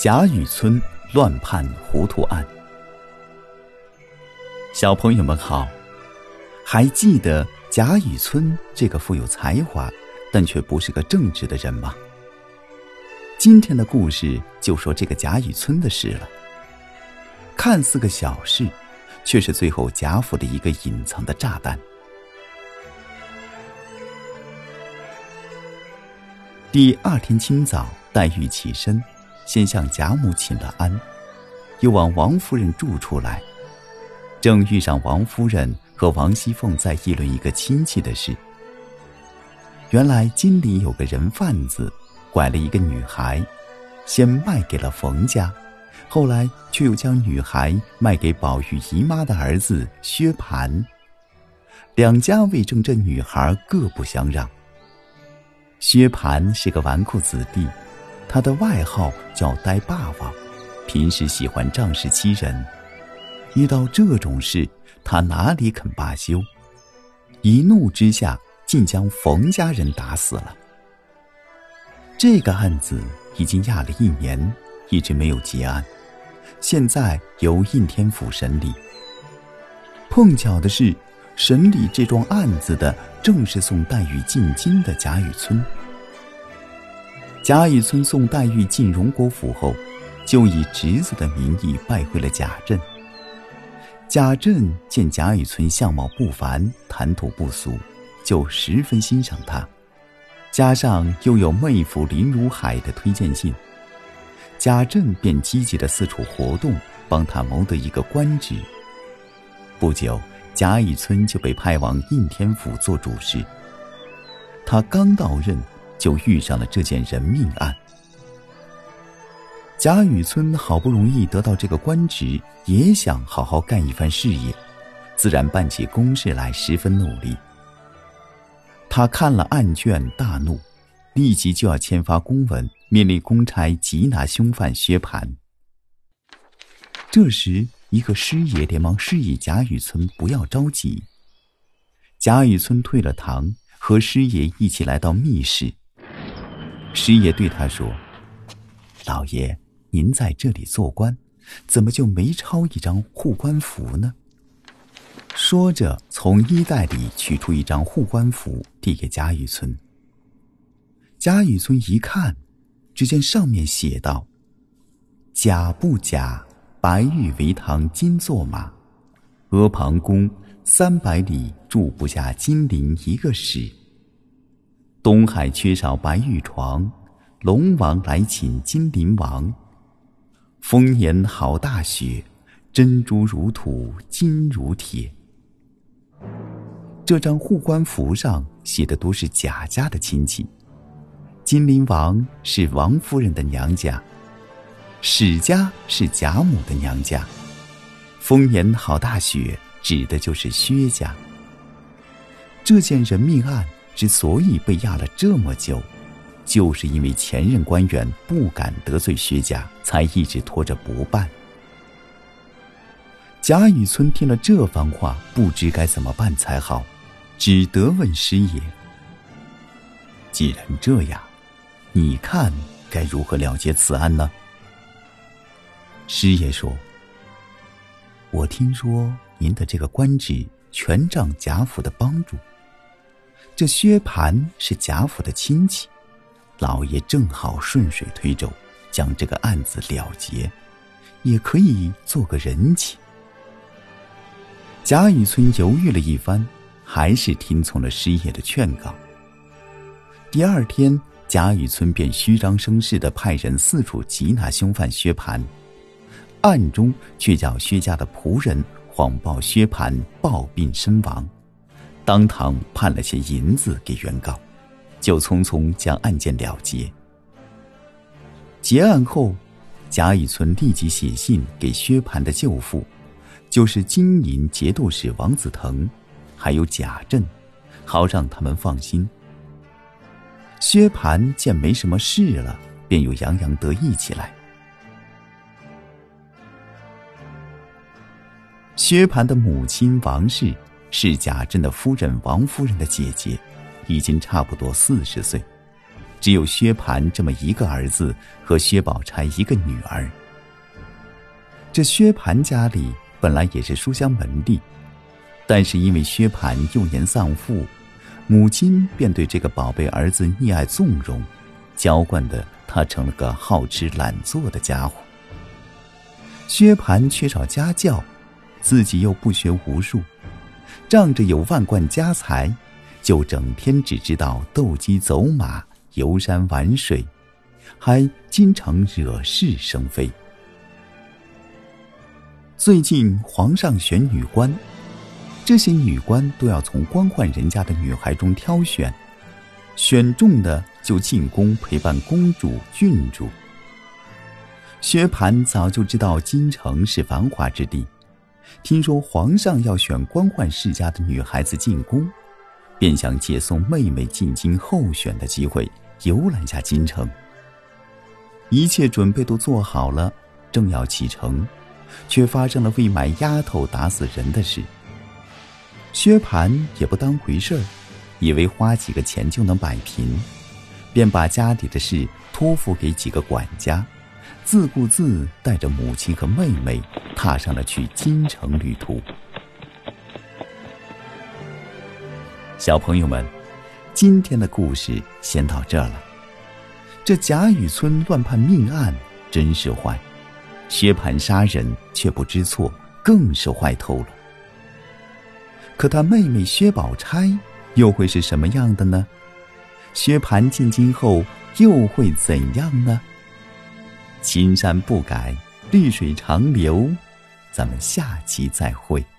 贾雨村乱判糊涂案。小朋友们好，还记得贾雨村这个富有才华但却不是个正直的人吗？今天的故事就说这个贾雨村的事了。看似个小事，却是最后贾府的一个隐藏的炸弹。第二天清早，黛玉起身，先向贾母请了安，又往王夫人住处来，正遇上王夫人和王熙凤在议论一个亲戚的事。原来京里有个人贩子拐了一个女孩，先卖给了冯家，后来却又将女孩卖给宝玉姨妈的儿子薛蟠。两家为争这女孩各不相让。薛蟠是个纨绔子弟，他的外号叫呆霸王，平时喜欢仗势欺人，遇到这种事他哪里肯罢休，一怒之下竟将冯家人打死了。这个案子已经压了1年，一直没有结案，现在由应天府审理。碰巧的是，审理这桩案子的正是送黛玉进京的贾雨村。贾雨村送黛玉进荣国府后，就以侄子的名义拜会了贾政。贾政见贾雨村相貌不凡，谈吐不俗，就十分欣赏他，加上又有妹夫林如海的推荐信，贾政便积极地四处活动，帮他谋得一个官职。不久，贾雨村就被派往应天府做主事。他刚到任，就遇上了这件人命案。贾雨村好不容易得到这个官职，也想好好干一番事业，自然办起公事来十分努力。他看了案卷大怒，立即就要签发公文，命令公差缉拿凶犯薛蟠。这时一个师爷连忙示意贾雨村不要着急。贾雨村退了堂，和师爷一起来到密室。师爷对他说：“老爷，您在这里做官，怎么就没抄一张护官符呢？”说着从衣袋里取出一张护官符，递给贾雨村。贾雨村一看，只见上面写道：“甲不甲，白玉为堂金作马，阿房宫300里住不下金陵一个史。东海缺少白玉床，龙王来请金陵王。丰年好大雪，珍珠如土金如铁。”这张护官符上写的都是贾家的亲戚，金陵王是王夫人的娘家，史家是贾母的娘家，丰年好大雪指的就是薛家。这件人命案之所以被压了这么久，就是因为前任官员不敢得罪薛家，才一直拖着不办。贾雨村听了这番话，不知该怎么办才好，只得问师爷：“既然这样，你看该如何了结此案呢？”师爷说：“我听说您的这个官职全仗贾府的帮助，这薛蟠是贾府的亲戚，老爷正好顺水推舟，将这个案子了结，也可以做个人情。”贾雨村犹豫了一番，还是听从了师爷的劝告。第二天，贾雨村便虚张声势地派人四处缉拿凶犯薛蟠，暗中却叫薛家的仆人谎报薛蟠暴病身亡，当堂判了些银子给原告，就匆匆将案件了结。结案后，贾雨村立即写信给薛蟠的舅父，就是金银节度使王子腾，还有贾政，好让他们放心。薛蟠见没什么事了，便又洋洋得意起来。薛蟠的母亲王氏是贾政的夫人王夫人的姐姐，已经差不多40岁， 只有薛蟠这么一个儿子和薛宝钗一个女儿。这薛蟠家里本来也是书香门第，但是因为薛蟠幼年丧父，母亲便对这个宝贝儿子溺爱纵容，娇惯的他成了个好吃懒做的家伙。薛蟠缺少家教，自己又不学无术，仗着有万贯家财，就整天只知道斗鸡走马、游山玩水，还经常惹是生非。最近皇上选女官，这些女官都要从官宦人家的女孩中挑选，选中的就进宫陪伴公主郡主。薛蟠早就知道京城是繁华之地，听说皇上要选官宦世家的女孩子进宫，便想借送妹妹进京候选的机会游览下京城。一切准备都做好了，正要启程，却发生了为买丫头打死人的事。薛蟠也不当回事儿，以为花几个钱就能摆平，便把家里的事托付给几个管家，自顾自带着母亲和妹妹踏上了去京城旅途。小朋友们，今天的故事先到这儿了。这贾雨村乱判命案真是坏，薛蟠杀人却不知错，更是坏透了。可他妹妹薛宝钗又会是什么样的呢？薛蟠进京后又会怎样呢？青山不改，绿水长流，咱们下期再会。